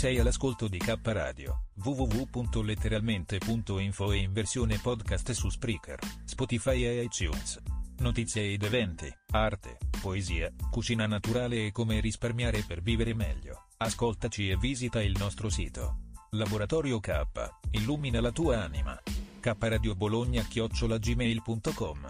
Sei all'ascolto di K Radio, www.letteralmente.info e in versione podcast su Spreaker, Spotify e iTunes. Notizie ed eventi, arte, poesia, cucina naturale e come risparmiare per vivere meglio. Ascoltaci e visita il nostro sito. Laboratorio K, illumina la tua anima. kradiobologna@gmail.com.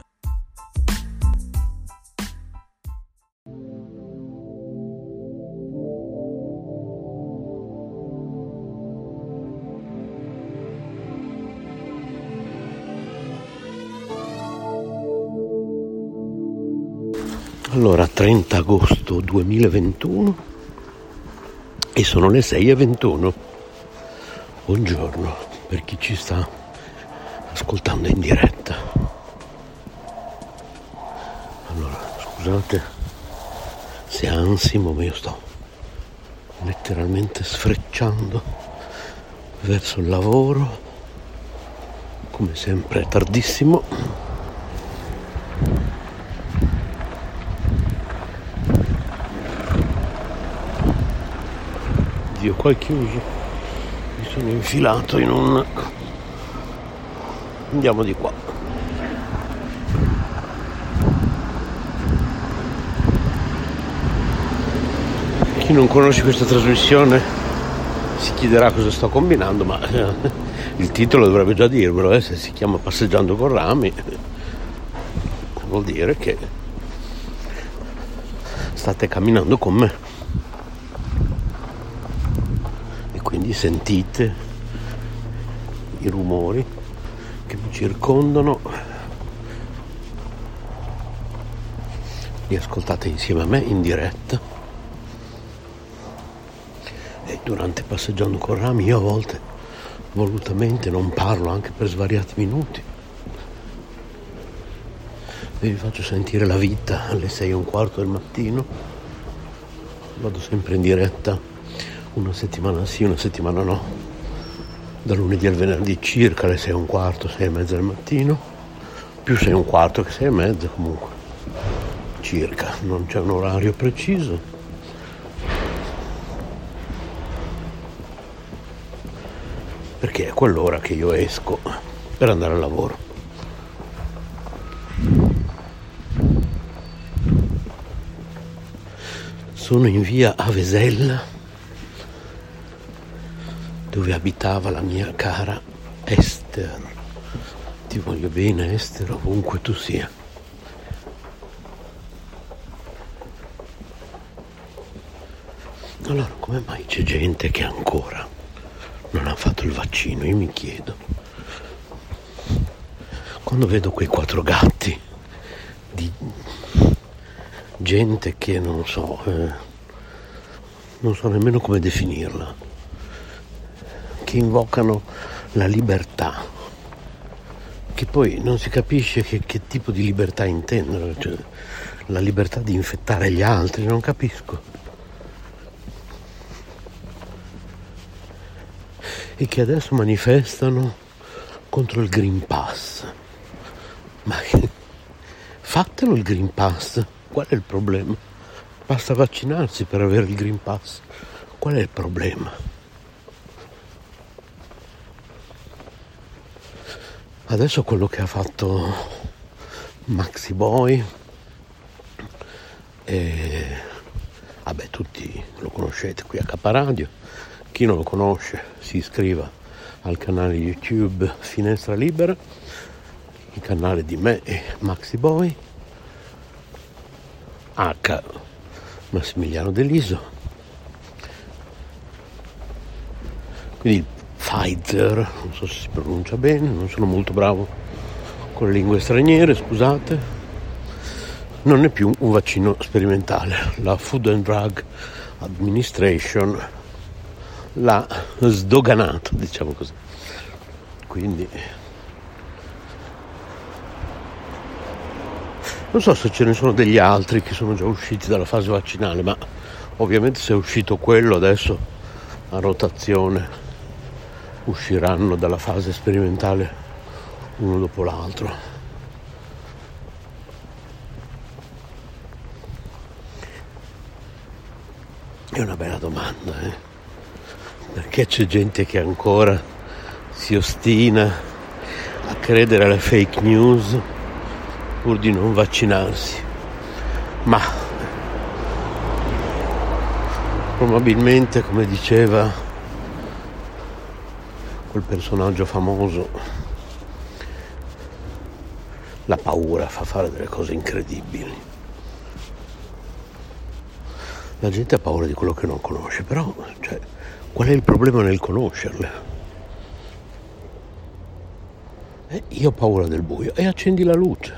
Allora, 30 agosto 2021 e sono le 6:21. Buongiorno per chi ci sta ascoltando in diretta. Allora, scusate se ansimo, ma io sto letteralmente sfrecciando verso il lavoro, come sempre è tardissimo. Dio, qua è chiuso. Mi sono infilato in un... Andiamo di qua. Chi non conosce questa trasmissione si chiederà cosa sto combinando, ma il titolo dovrebbe già dirvelo, se si chiama Passeggiando con Rami vuol dire che state camminando con me. Quindi sentite i rumori che mi circondano, li ascoltate insieme a me in diretta, e durante Passeggiando con Rami io a volte volutamente non parlo anche per svariati minuti e vi faccio sentire la vita alle 6:15 del mattino. Vado sempre in diretta una settimana sì, una settimana no, da lunedì al venerdì circa alle 6:15, 6:30 del mattino, più 6:15 che 6:30 comunque, circa, non c'è un orario preciso. Perché è quell'ora che io esco per andare al lavoro. Sono in via Avesella, dove abitava la mia cara Esther. Ti voglio bene, Esther, ovunque tu sia. Allora, come mai c'è gente che ancora non ha fatto il vaccino? Io mi chiedo. Quando vedo quei 4 gatti di gente che non so nemmeno come definirla, che invocano la libertà, che poi non si capisce che tipo di libertà intendono, cioè la libertà di infettare gli altri, non capisco. E che adesso manifestano contro il Green Pass. Ma fatelo il Green Pass, qual è il problema? Basta vaccinarsi per avere il Green Pass, qual è il problema? Adesso quello che ha fatto Maxi Boy, tutti lo conoscete qui a K Radio, chi non lo conosce si iscriva al canale YouTube Finestra Libera, il canale di me e Maxi Boy, H Massimiliano Deliso, quindi Pfizer, non so se si pronuncia bene, non sono molto bravo con le lingue straniere, scusate. Non è più un vaccino sperimentale, la Food and Drug Administration l'ha sdoganato, diciamo così. Quindi non so se ce ne sono degli altri che sono già usciti dalla fase vaccinale, ma ovviamente se è uscito quello adesso a rotazione usciranno dalla fase sperimentale uno dopo l'altro. È una bella domanda, perché c'è gente che ancora si ostina a credere alle fake news pur di non vaccinarsi. Ma probabilmente, come diceva quel personaggio famoso, la paura fa fare delle cose incredibili. La gente ha paura di quello che non conosce, però qual è il problema nel conoscerle? Io ho paura del buio e accendi la luce.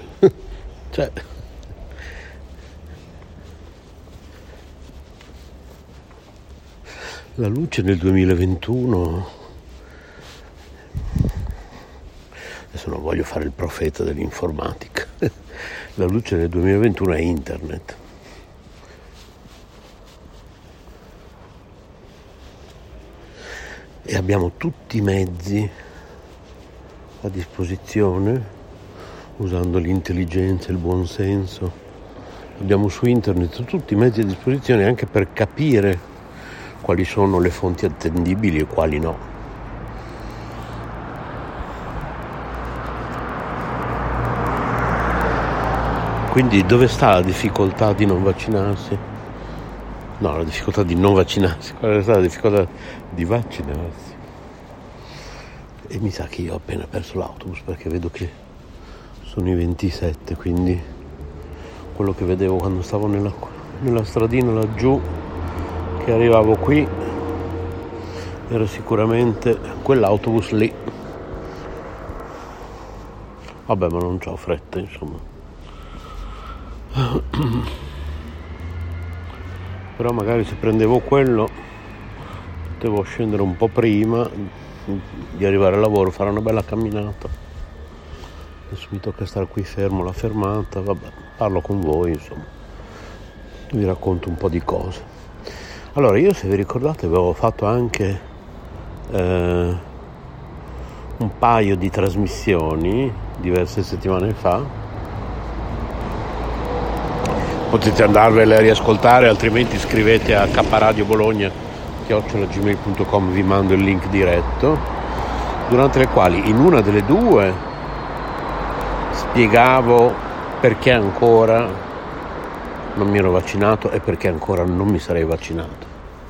La luce nel 2021, adesso non voglio fare il profeta dell'informatica, la luce nel 2021 è internet. E abbiamo tutti i mezzi a disposizione, usando l'intelligenza e il buonsenso. Abbiamo su internet tutti i mezzi a disposizione anche per capire quali sono le fonti attendibili e quali no. Quindi dove sta la difficoltà di non vaccinarsi? No, la difficoltà di non vaccinarsi, qual è stata la difficoltà di vaccinarsi? E mi sa che io ho appena perso l'autobus, perché vedo che sono i 27, quindi quello che vedevo quando stavo nella stradina laggiù, che arrivavo qui, era sicuramente quell'autobus lì. Vabbè, ma non c'ho fretta, insomma. Però magari se prendevo quello potevo scendere un po' prima di arrivare al lavoro, fare una bella camminata. Adesso mi tocca stare qui fermo alla fermata, vabbè, parlo con voi, insomma, vi racconto un po' di cose. Allora, io, se vi ricordate, avevo fatto anche un paio di trasmissioni diverse settimane fa. Potete andarvele a riascoltare, altrimenti scrivete a kradiobologna@gmail.com, vi mando il link diretto, durante le quali in una delle due spiegavo perché ancora non mi ero vaccinato e perché ancora non mi sarei vaccinato.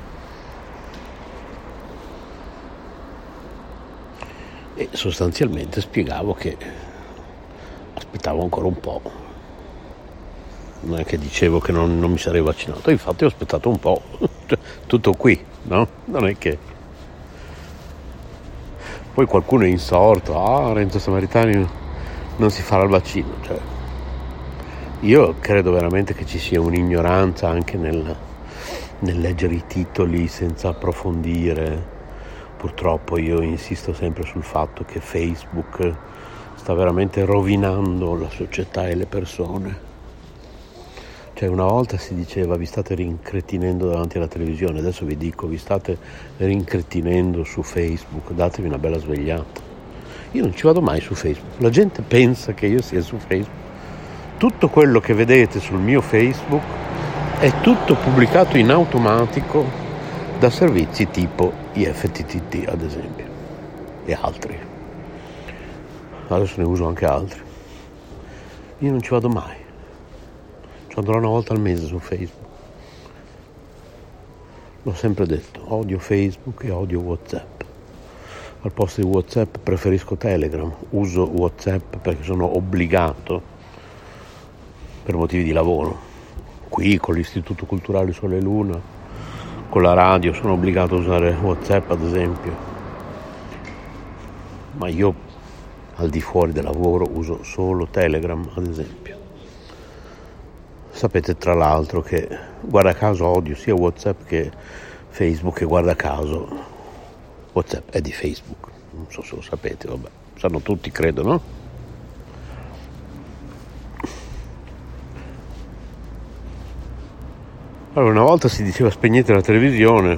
E sostanzialmente spiegavo che aspettavo ancora un po'. Non è che dicevo che non mi sarei vaccinato, infatti ho aspettato un po', tutto qui, no? Non è che poi qualcuno è insorto, Renzo Samaritani non si farà il vaccino, io credo veramente che ci sia un'ignoranza anche nel leggere i titoli senza approfondire. Purtroppo io insisto sempre sul fatto che Facebook sta veramente rovinando la società e le persone. Una volta si diceva vi state rincretinendo davanti alla televisione, adesso vi dico vi state rincretinendo su Facebook, datevi una bella svegliata. Io non ci vado mai su Facebook, la gente pensa che io sia su Facebook. Tutto quello che vedete sul mio Facebook è tutto pubblicato in automatico da servizi tipo IFTTT, ad esempio, e altri. Adesso ne uso anche altri. Io non ci vado mai. Ci andrò una volta al mese su Facebook. L'ho sempre detto, odio Facebook e odio WhatsApp. Al posto di WhatsApp preferisco Telegram. Uso WhatsApp perché sono obbligato per motivi di lavoro. Qui con l'Istituto Culturale Sole e Luna, con la radio, sono obbligato a usare WhatsApp, ad esempio. Ma io al di fuori del lavoro uso solo Telegram, ad esempio. Sapete tra l'altro che guarda caso odio sia WhatsApp che Facebook, e guarda caso WhatsApp è di Facebook. Non so se lo sapete, vabbè, sanno tutti, credo, no? Allora, una volta si diceva spegnete la televisione,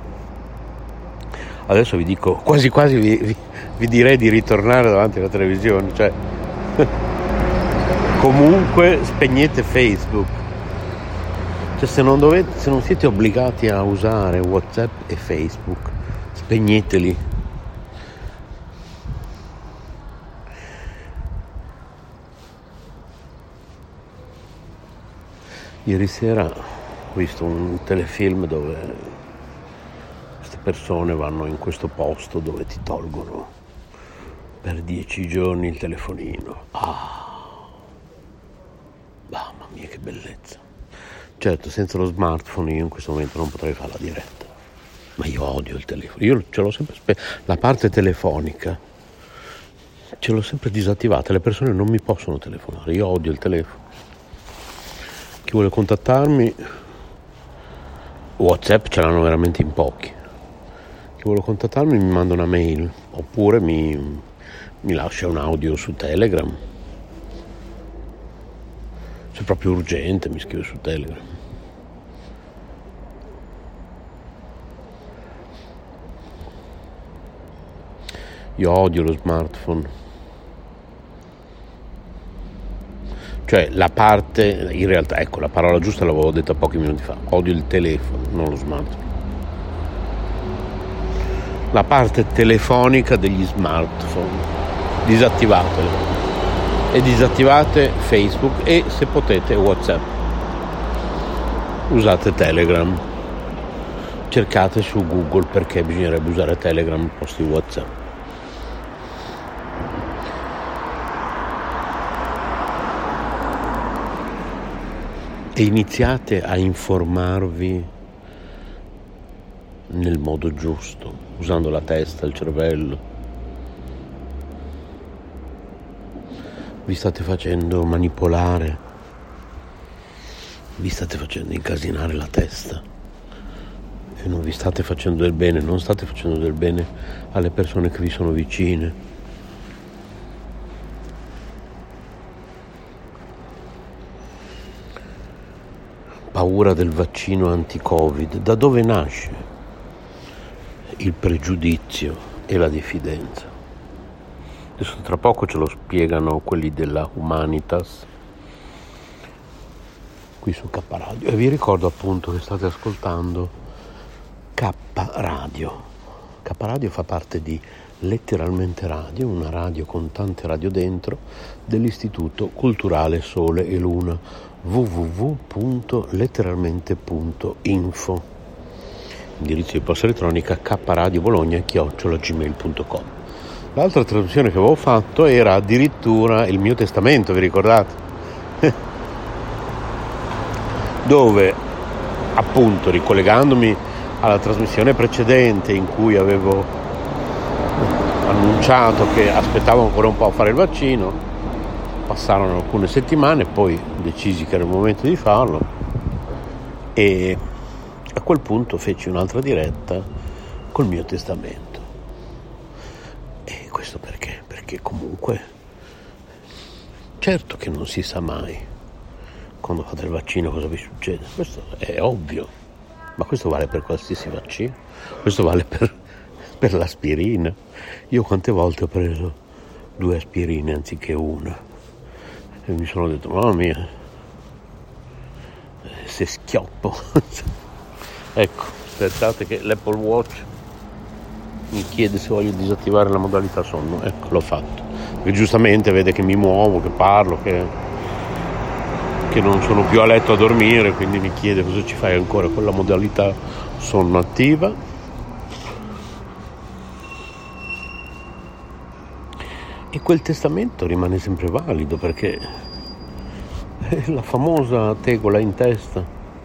adesso vi dico, quasi vi direi di ritornare davanti alla televisione, comunque spegnete Facebook. Se non siete obbligati a usare WhatsApp e Facebook, spegneteli. Ieri sera ho visto un telefilm dove queste persone vanno in questo posto dove ti tolgono per 10 giorni il telefonino. Mamma mia, che bellezza. Certo, senza lo smartphone io in questo momento non potrei fare la diretta, ma io odio il telefono. Io ce l'ho sempre la parte telefonica ce l'ho sempre disattivata. Le persone non mi possono telefonare, io odio il telefono. Chi vuole contattarmi, WhatsApp ce l'hanno veramente in pochi. Chi vuole contattarmi mi manda una mail oppure mi lascia un audio su Telegram. Se è proprio urgente mi scrive su Telegram. Io odio lo smartphone. Cioè la parte, in realtà, ecco, la parola giusta l'avevo detta pochi minuti fa. Odio il telefono, non lo smartphone. La parte telefonica degli smartphone. Disattivatele. E disattivate Facebook e, se potete, WhatsApp. Usate Telegram. Cercate su Google perché bisognerebbe usare Telegram al posto di WhatsApp. E iniziate a informarvi nel modo giusto, usando la testa, il cervello. Vi state facendo manipolare, vi state facendo incasinare la testa e non vi state facendo del bene, non state facendo del bene alle persone che vi sono vicine. Paura del vaccino anti-Covid. Da dove nasce il pregiudizio e la diffidenza? Adesso tra poco ce lo spiegano quelli della Humanitas qui su K Radio. E vi ricordo appunto che state ascoltando K Radio. K Radio fa parte di Letteralmente Radio, una radio con tante radio dentro, dell'Istituto Culturale Sole e Luna, www.letteralmente.info, indirizzo di posta elettronica kradiobologna@gmail.com. L'altra traduzione che avevo fatto era addirittura il mio testamento, vi ricordate? Dove appunto, ricollegandomi alla trasmissione precedente in cui avevo annunciato che aspettavo ancora un po' a fare il vaccino, passarono alcune settimane, poi decisi che era il momento di farlo e a quel punto feci un'altra diretta col mio testamento. E questo perché? Perché comunque certo che non si sa mai quando fate il vaccino cosa vi succede, questo è ovvio, ma questo vale per qualsiasi vaccino, questo vale per l'aspirina. Io quante volte ho preso 2 aspirine anziché una e mi sono detto, mamma mia, se schioppo. Ecco, aspettate che l'Apple Watch mi chiede se voglio disattivare la modalità sonno. Ecco, l'ho fatto, perché giustamente vede che mi muovo, che parlo, che non sono più a letto a dormire, quindi mi chiede cosa ci fai ancora con la modalità sonno attiva. E quel testamento rimane sempre valido perché è la famosa tegola in testa.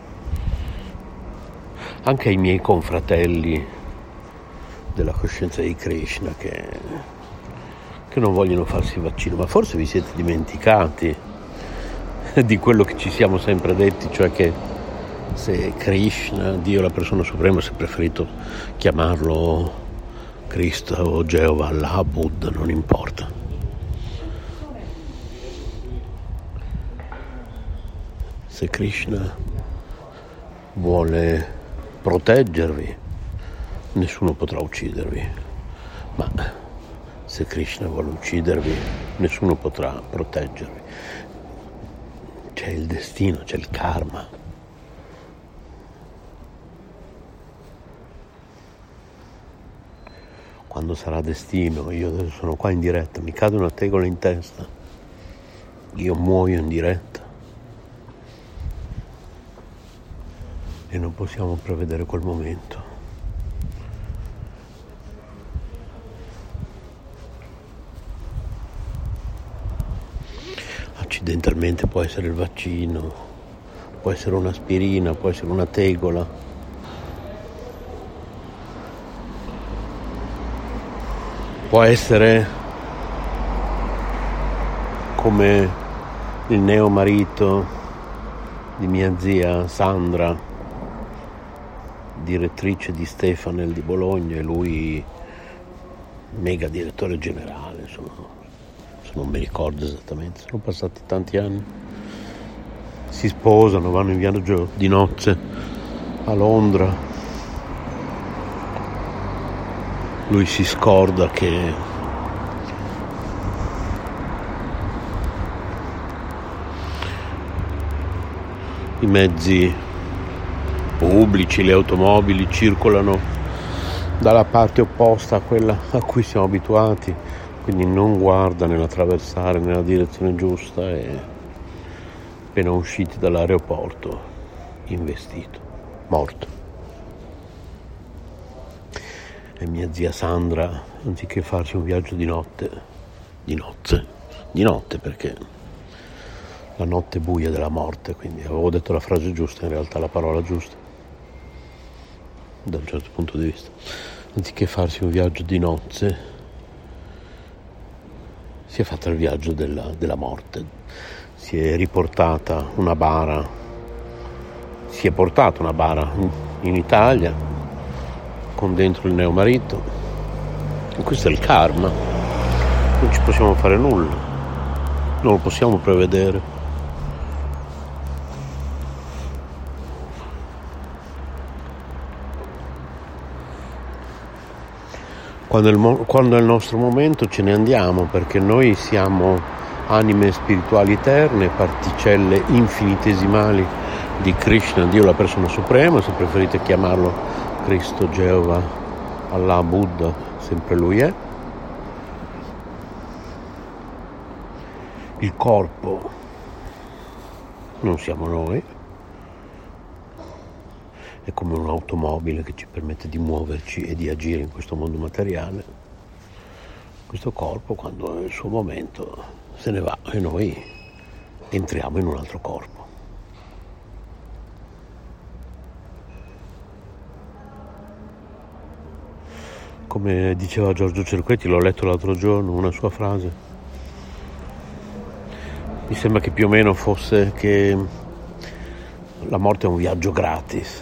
Anche ai miei confratelli della coscienza di Krishna che non vogliono farsi il vaccino, ma forse vi siete dimenticati di quello che ci siamo sempre detti, cioè che se Krishna, Dio la persona suprema, si è preferito chiamarlo Cristo o Geova, Allah, Buddha, non importa. Se Krishna vuole proteggervi, nessuno potrà uccidervi, ma se Krishna vuole uccidervi, nessuno potrà proteggervi. C'è il destino, c'è il karma. quando sarà destino, io adesso sono qua in diretta, mi cade una tegola in testa, io muoio in diretta e non possiamo prevedere quel momento. Accidentalmente può essere il vaccino, può essere un'aspirina, può essere una tegola. Può essere come il neomarito di mia zia Sandra, direttrice di Stefanel di Bologna, e lui mega direttore generale, insomma, non mi ricordo esattamente, sono passati tanti anni. Si sposano, vanno in viaggio di nozze a Londra. Lui si scorda che i mezzi pubblici, le automobili circolano dalla parte opposta a quella a cui siamo abituati, quindi non guarda nell'attraversare nella direzione giusta e appena usciti dall'aeroporto investito, morto. E mia zia Sandra, anziché farsi un viaggio di notte perché la notte buia della morte, quindi avevo detto la frase giusta, in realtà la parola giusta da un certo punto di vista, anziché farsi un viaggio di nozze si è fatta il viaggio della morte, si è riportata una bara, si è portata una bara in Italia con dentro il neomarito, e questo è il karma, non ci possiamo fare nulla, non lo possiamo prevedere. Quando è il nostro momento ce ne andiamo, perché noi siamo anime spirituali eterne, particelle infinitesimali di Krishna, Dio la persona suprema, se preferite chiamarlo Cristo, Geova, Allah, Buddha, sempre lui è. Il corpo non siamo noi, è come un'automobile che ci permette di muoverci e di agire in questo mondo materiale. Questo corpo, quando è il suo momento, se ne va e noi entriamo in un altro corpo. Come diceva Giorgio Cerquetti, l'ho letto l'altro giorno, una sua frase. Mi sembra che più o meno fosse che la morte è un viaggio gratis.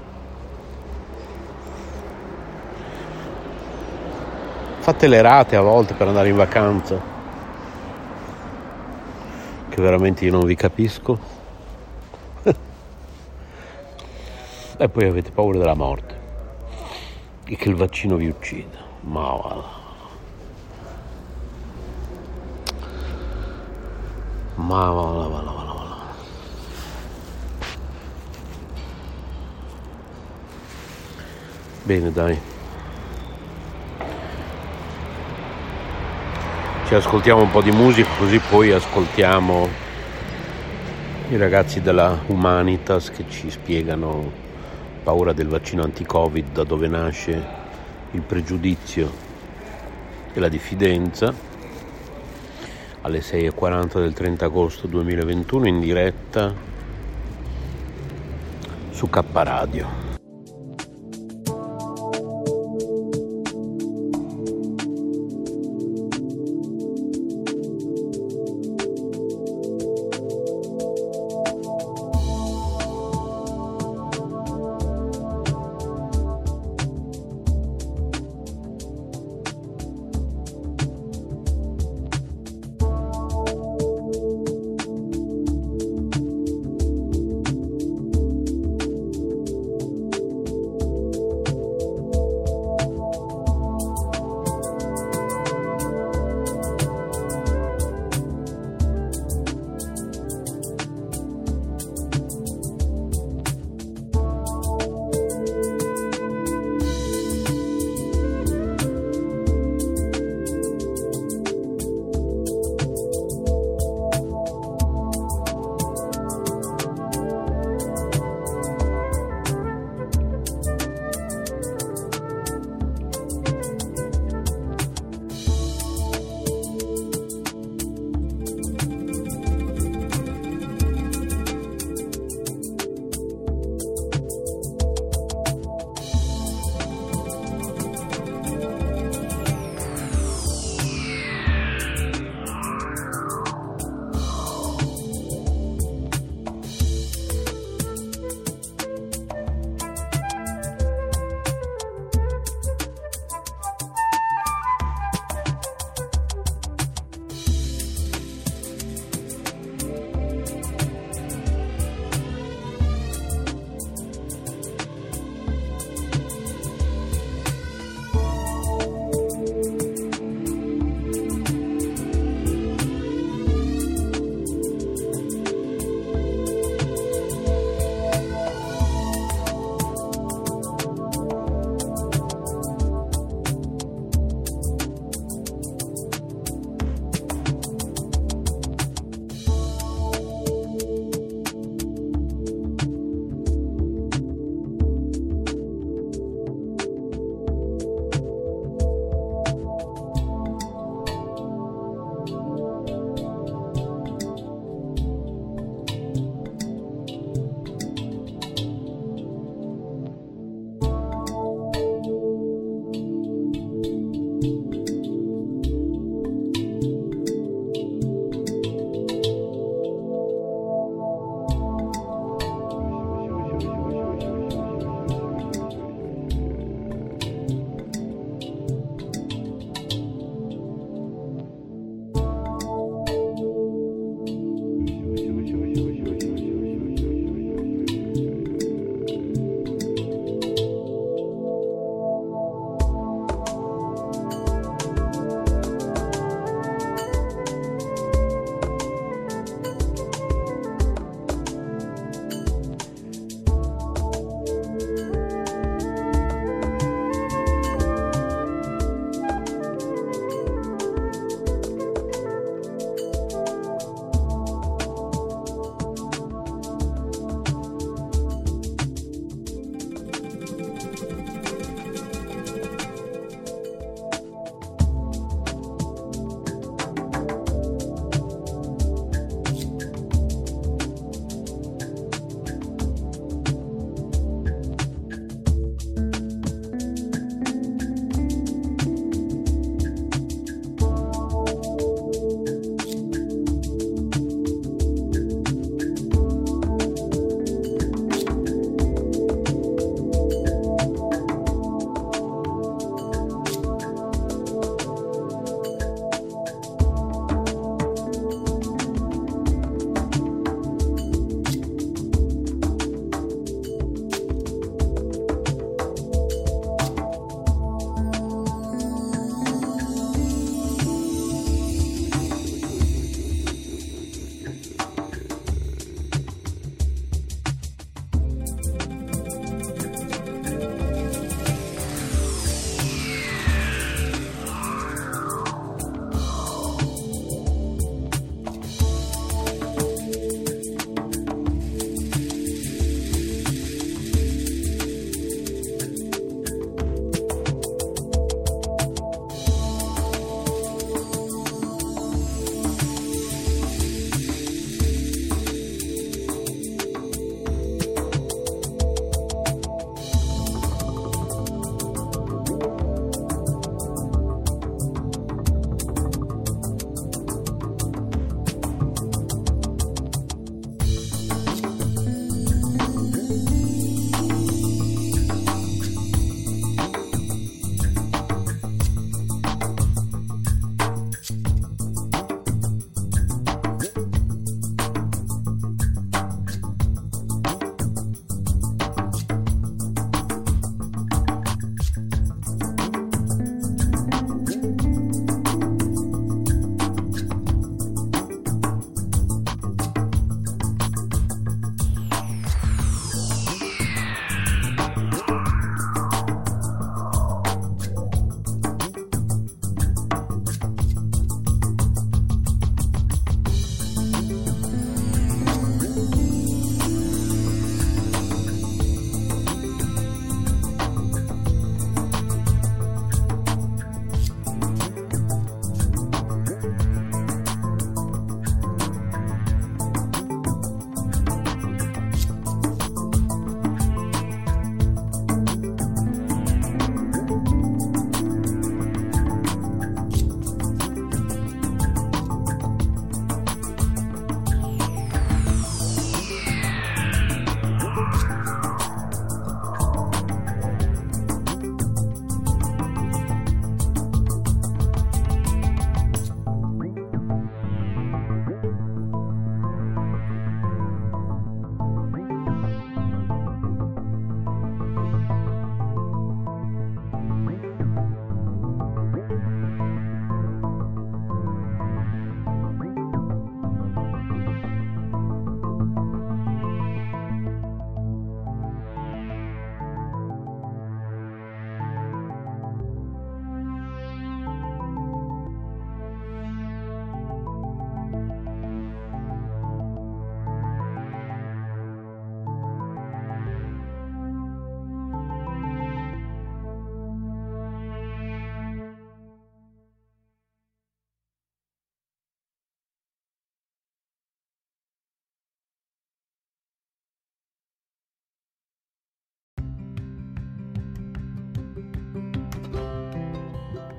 Fate le rate a volte per andare in vacanza, che veramente io non vi capisco. E poi avete paura della morte e che il vaccino vi uccida. Ma va. Bene, dai. Ci ascoltiamo un po' di musica, così poi ascoltiamo i ragazzi della Humanitas che ci spiegano paura del vaccino anti-Covid, da dove nasce il pregiudizio e la diffidenza, alle 6:40 del 30 agosto 2021 in diretta su K Radio.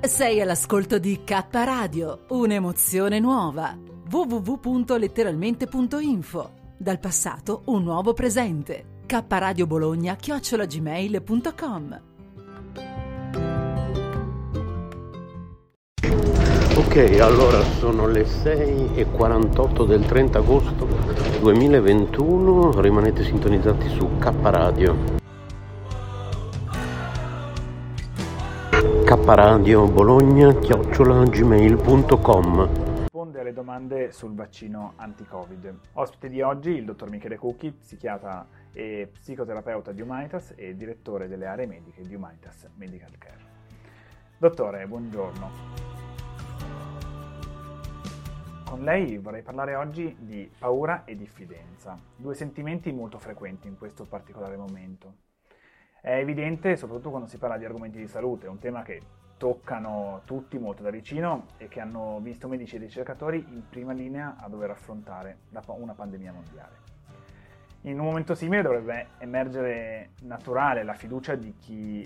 Sei all'ascolto di K Radio, un'emozione nuova. www.letteralmente.info. Dal passato un nuovo presente. kradiobologna@gmail.com. Ok, allora sono le 6:48 del 30 agosto 2021, rimanete sintonizzati su K Radio. kradio bologna@gmail.com. Risponde alle domande sul vaccino anti-Covid. Ospite di oggi il dottor Michele Cucchi, psichiatra e psicoterapeuta di Humanitas e direttore delle aree mediche di Humanitas Medical Care. Dottore, buongiorno. Con lei vorrei parlare oggi di paura e diffidenza, due sentimenti molto frequenti in questo particolare momento. È evidente, soprattutto quando si parla di argomenti di salute, un tema che toccano tutti molto da vicino e che hanno visto medici e ricercatori in prima linea a dover affrontare una pandemia mondiale. In un momento simile dovrebbe emergere naturale la fiducia di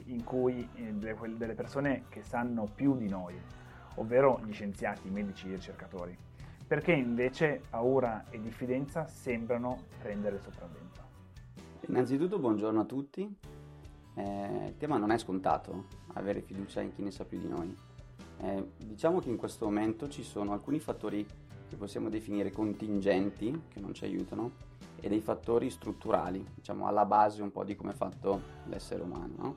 delle persone che sanno più di noi, ovvero gli scienziati, i medici e i ricercatori, perché invece paura e diffidenza sembrano prendere il sopravvento. Innanzitutto buongiorno a tutti. Il tema non è scontato, avere fiducia in chi ne sa più di noi. Diciamo che in questo momento ci sono alcuni fattori che possiamo definire contingenti, che non ci aiutano, e dei fattori strutturali, diciamo alla base un po' di come è fatto l'essere umano, no?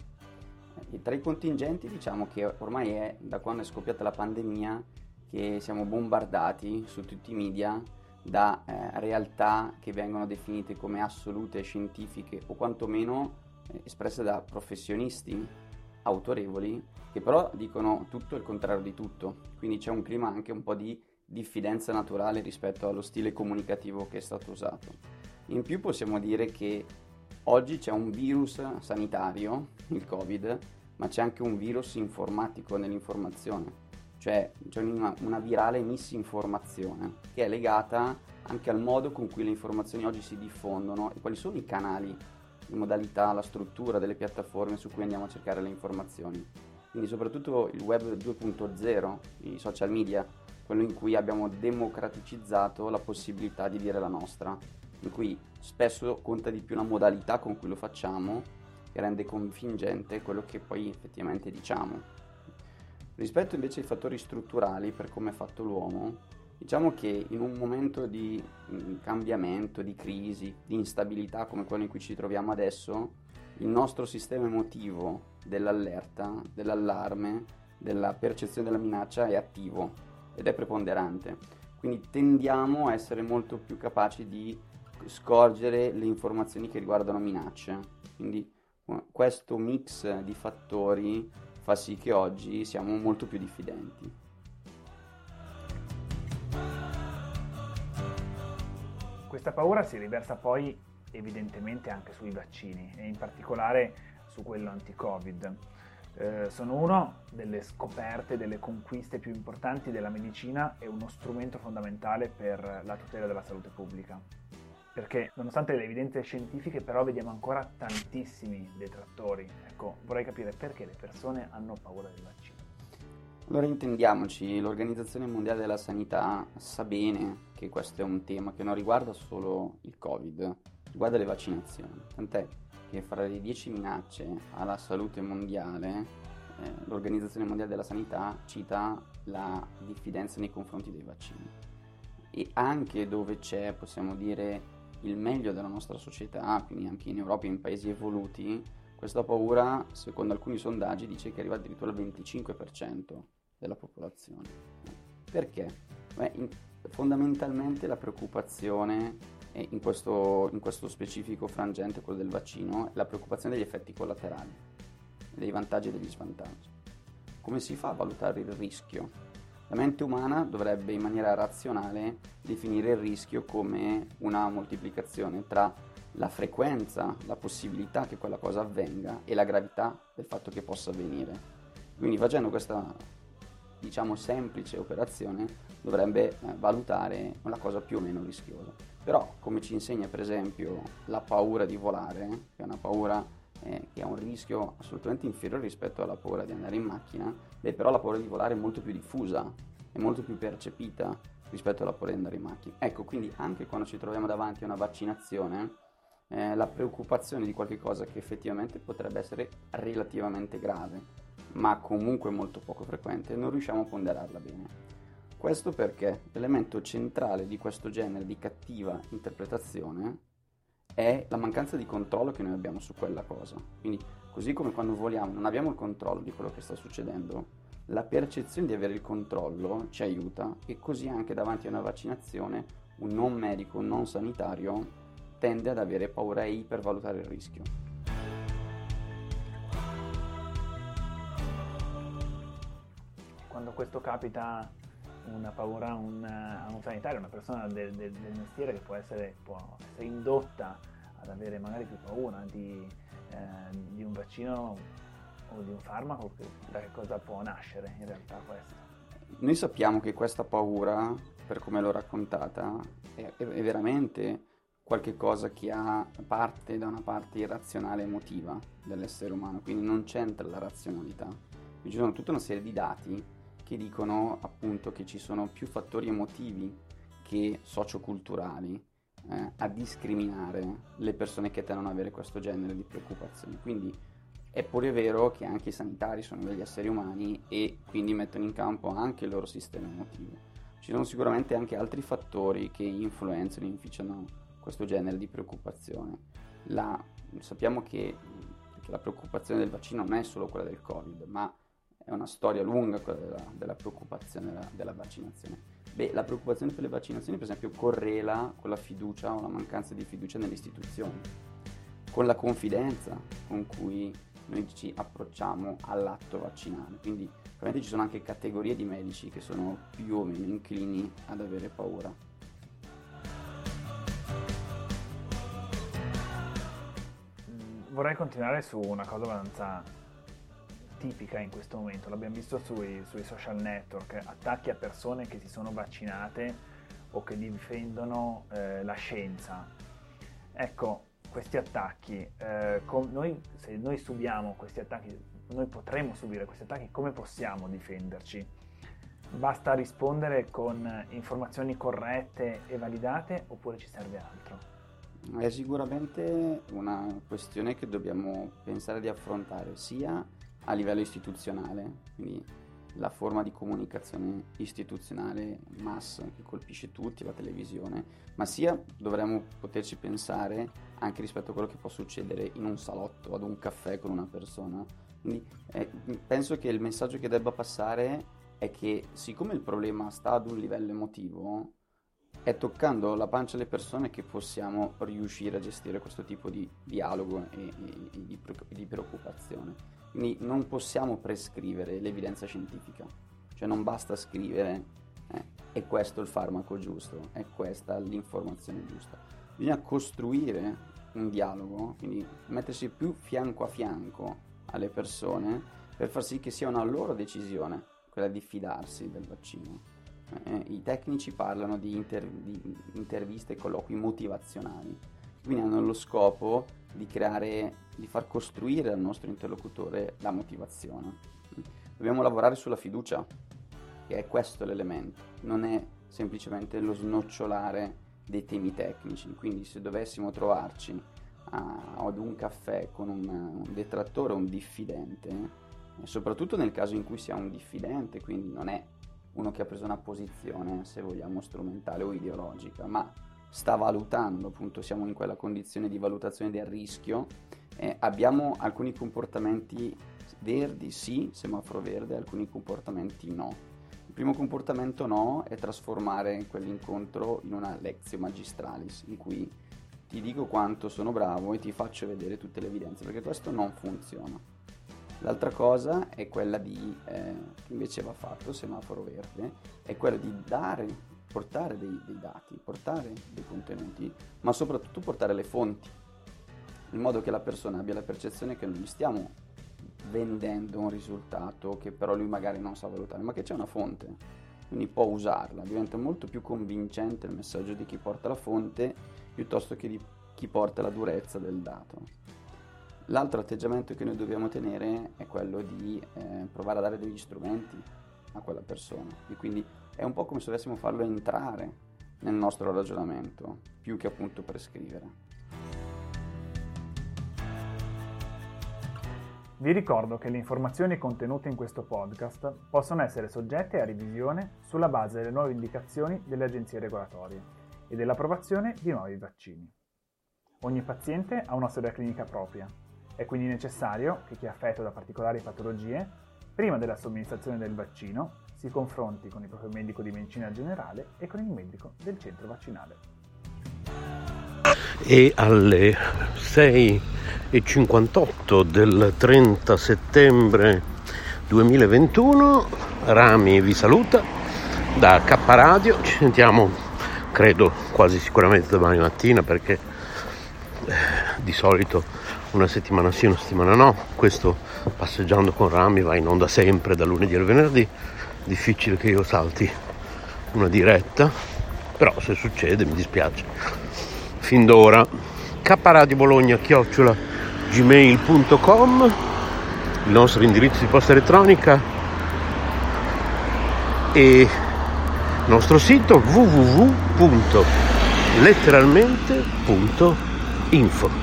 E tra i contingenti diciamo che ormai è da quando è scoppiata la pandemia che siamo bombardati su tutti i media da realtà che vengono definite come assolute, scientifiche o quantomeno espresse da professionisti autorevoli che però dicono tutto e il contrario di tutto, quindi c'è un clima anche un po' di diffidenza naturale rispetto allo stile comunicativo che è stato usato. In più possiamo dire che oggi c'è un virus sanitario, il Covid, ma c'è anche un virus informatico nell'informazione, cioè c'è una virale misinformazione che è legata anche al modo con cui le informazioni oggi si diffondono e quali sono i canali, le modalità, la struttura delle piattaforme su cui andiamo a cercare le informazioni. Quindi soprattutto il web 2.0, i social media, quello in cui abbiamo democraticizzato la possibilità di dire la nostra, in cui spesso conta di più la modalità con cui lo facciamo che rende confingente quello che poi effettivamente diciamo. Rispetto invece ai fattori strutturali per come è fatto l'uomo, diciamo che in un momento di cambiamento, di crisi, di instabilità come quello in cui ci troviamo adesso, il nostro sistema emotivo dell'allerta, dell'allarme, della percezione della minaccia è attivo ed è preponderante. Quindi tendiamo a essere molto più capaci di scorgere le informazioni che riguardano minacce. Quindi questo mix di fattori fa sì che oggi siamo molto più diffidenti. Questa paura si riversa poi evidentemente anche sui vaccini e in particolare su quello anti-Covid. Sono una delle scoperte, delle conquiste più importanti della medicina e uno strumento fondamentale per la tutela della salute pubblica. Perché nonostante le evidenze scientifiche però vediamo ancora tantissimi detrattori. Ecco, vorrei capire perché le persone hanno paura del vaccino. Allora intendiamoci, l'Organizzazione Mondiale della Sanità sa bene che questo è un tema che non riguarda solo il Covid, riguarda le vaccinazioni. Tant'è che fra le 10 minacce alla salute mondiale, l'Organizzazione Mondiale della Sanità cita la diffidenza nei confronti dei vaccini. E anche dove c'è, possiamo dire, il meglio della nostra società, quindi anche in Europa e in paesi evoluti, questa paura, secondo alcuni sondaggi, dice che arriva addirittura al 25% della popolazione. Perché? Fondamentalmente la preoccupazione, in questo specifico frangente, quello del vaccino, è la preoccupazione degli effetti collaterali, dei vantaggi e degli svantaggi. Come si fa a valutare il rischio? La mente umana dovrebbe in maniera razionale definire il rischio come una moltiplicazione tra la frequenza, la possibilità che quella cosa avvenga e la gravità del fatto che possa avvenire. Quindi facendo questa, diciamo, semplice operazione dovrebbe valutare una cosa più o meno rischiosa. Però, come ci insegna per esempio la paura di volare, che è una paura che ha un rischio assolutamente inferiore rispetto alla paura di andare in macchina, però la paura di volare è molto più diffusa, è molto più percepita rispetto alla paura di andare in macchina. Ecco, quindi anche quando ci troviamo davanti a una vaccinazione, la preoccupazione di qualche cosa che effettivamente potrebbe essere relativamente grave, ma comunque molto poco frequente, non riusciamo a ponderarla bene. Questo perché l'elemento centrale di questo genere di cattiva interpretazione è la mancanza di controllo che noi abbiamo su quella cosa. Quindi, così come quando voliamo non abbiamo il controllo di quello che sta succedendo, la percezione di avere il controllo ci aiuta, e così anche davanti a una vaccinazione un non medico, un non sanitario tende ad avere paura e ipervalutare il rischio. Quando questo capita, una paura a un sanitario, una persona del mestiere, che può essere indotta ad avere magari più paura di un vaccino o di un farmaco, da che cosa può nascere in realtà questo? Noi sappiamo che questa paura, per come l'ho raccontata, è veramente qualche cosa che parte da una parte irrazionale emotiva dell'essere umano, quindi non c'entra la razionalità. Ci sono tutta una serie di dati che dicono appunto che ci sono più fattori emotivi che socioculturali a discriminare le persone che tendono ad avere questo genere di preoccupazioni. Quindi è pure vero che anche i sanitari sono degli esseri umani e quindi mettono in campo anche il loro sistema emotivo. Ci sono sicuramente anche altri fattori che influenzano e inficiano questo genere di preoccupazione. Sappiamo che la preoccupazione del vaccino non è solo quella del Covid, ma è una storia lunga quella della preoccupazione della vaccinazione. La preoccupazione per le vaccinazioni, per esempio, correla con la fiducia o la mancanza di fiducia nelle istituzioni, con la confidenza con cui noi ci approcciamo all'atto vaccinale. Quindi probabilmente ci sono anche categorie di medici che sono più o meno inclini ad avere paura. Vorrei continuare su una cosa abbastanza tipica in questo momento. L'abbiamo visto sui social network, attacchi a persone che si sono vaccinate o che difendono la scienza. Ecco, questi attacchi, se noi subiamo questi attacchi, noi potremo subire questi attacchi, come possiamo difenderci? Basta rispondere con informazioni corrette e validate, oppure ci serve altro? È sicuramente una questione che dobbiamo pensare di affrontare sia a livello istituzionale, quindi la forma di comunicazione istituzionale mass che colpisce tutti, la televisione, ma sia dovremmo poterci pensare anche rispetto a quello che può succedere in un salotto, ad un caffè con una persona. Quindi penso che il messaggio che debba passare è che, siccome il problema sta ad un livello emotivo, è toccando la pancia alle persone che possiamo riuscire a gestire questo tipo di dialogo e di preoccupazione. Quindi non possiamo prescrivere l'evidenza scientifica, cioè non basta scrivere è questo il farmaco giusto, è questa l'informazione giusta. Bisogna costruire un dialogo, quindi mettersi più fianco a fianco alle persone per far sì che sia una loro decisione quella di fidarsi del vaccino. I tecnici parlano di interviste e colloqui motivazionali, quindi hanno lo scopo di far costruire al nostro interlocutore la motivazione. Dobbiamo lavorare sulla fiducia, che è questo l'elemento, non è semplicemente lo snocciolare dei temi tecnici. Quindi se dovessimo trovarci ad un caffè con un detrattore o un diffidente, soprattutto nel caso in cui sia un diffidente, quindi non è uno che ha preso una posizione, se vogliamo, strumentale o ideologica, ma sta valutando, appunto siamo in quella condizione di valutazione del rischio, abbiamo alcuni comportamenti verdi, sì, semaforo verde, alcuni comportamenti no. Il primo comportamento no è trasformare quell'incontro in una lectio magistralis, in cui ti dico quanto sono bravo e ti faccio vedere tutte le evidenze, perché questo non funziona. L'altra cosa è quella che invece va fatto, semaforo verde, è quella di portare dei dati, portare dei contenuti, ma soprattutto portare le fonti, in modo che la persona abbia la percezione che non gli stiamo vendendo un risultato che però lui magari non sa valutare, ma che c'è una fonte, quindi può usarla. Diventa molto più convincente il messaggio di chi porta la fonte piuttosto che di chi porta la durezza del dato. L'altro atteggiamento che noi dobbiamo tenere è quello di provare a dare degli strumenti a quella persona, e quindi è un po' come se dovessimo farlo entrare nel nostro ragionamento, più che appunto prescrivere. Vi ricordo che le informazioni contenute in questo podcast possono essere soggette a revisione sulla base delle nuove indicazioni delle agenzie regolatorie e dell'approvazione di nuovi vaccini. Ogni paziente ha una storia clinica propria. È quindi necessario che chi è affetto da particolari patologie, prima della somministrazione del vaccino, si confronti con il proprio medico di medicina generale e con il medico del centro vaccinale. E alle 6:58 del 30 settembre 2021 Rami vi saluta da K Radio. Ci sentiamo, credo, quasi sicuramente domani mattina, perché di solito una settimana sì, una settimana no. Questo Passeggiando con Rami va in onda sempre da lunedì al venerdì. Difficile che io salti una diretta, però se succede mi dispiace. Fin d'ora kradiobologna@gmail.com, il nostro indirizzo di posta elettronica, e il nostro sito www.letteralmente.info.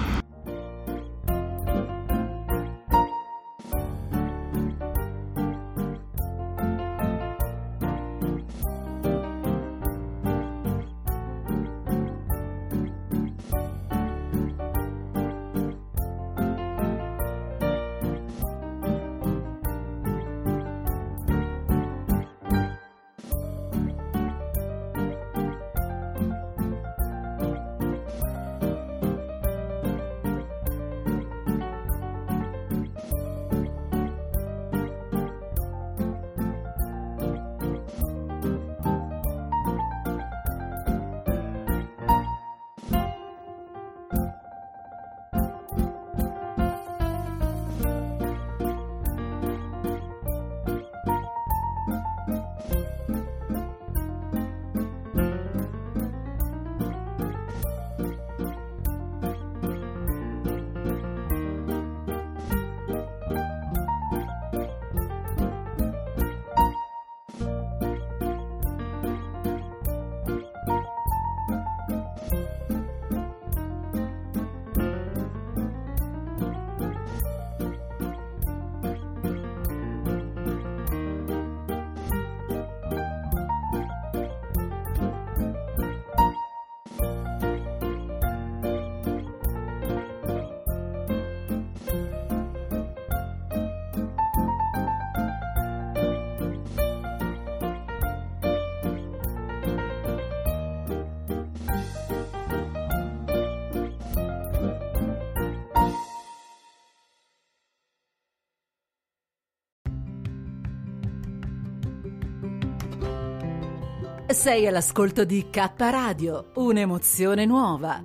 Sei all'ascolto di K Radio, un'emozione nuova.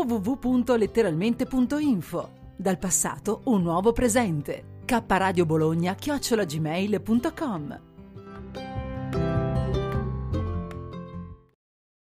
www.letteralmente.info. Dal passato un nuovo presente. kradiobologna@gmail.com.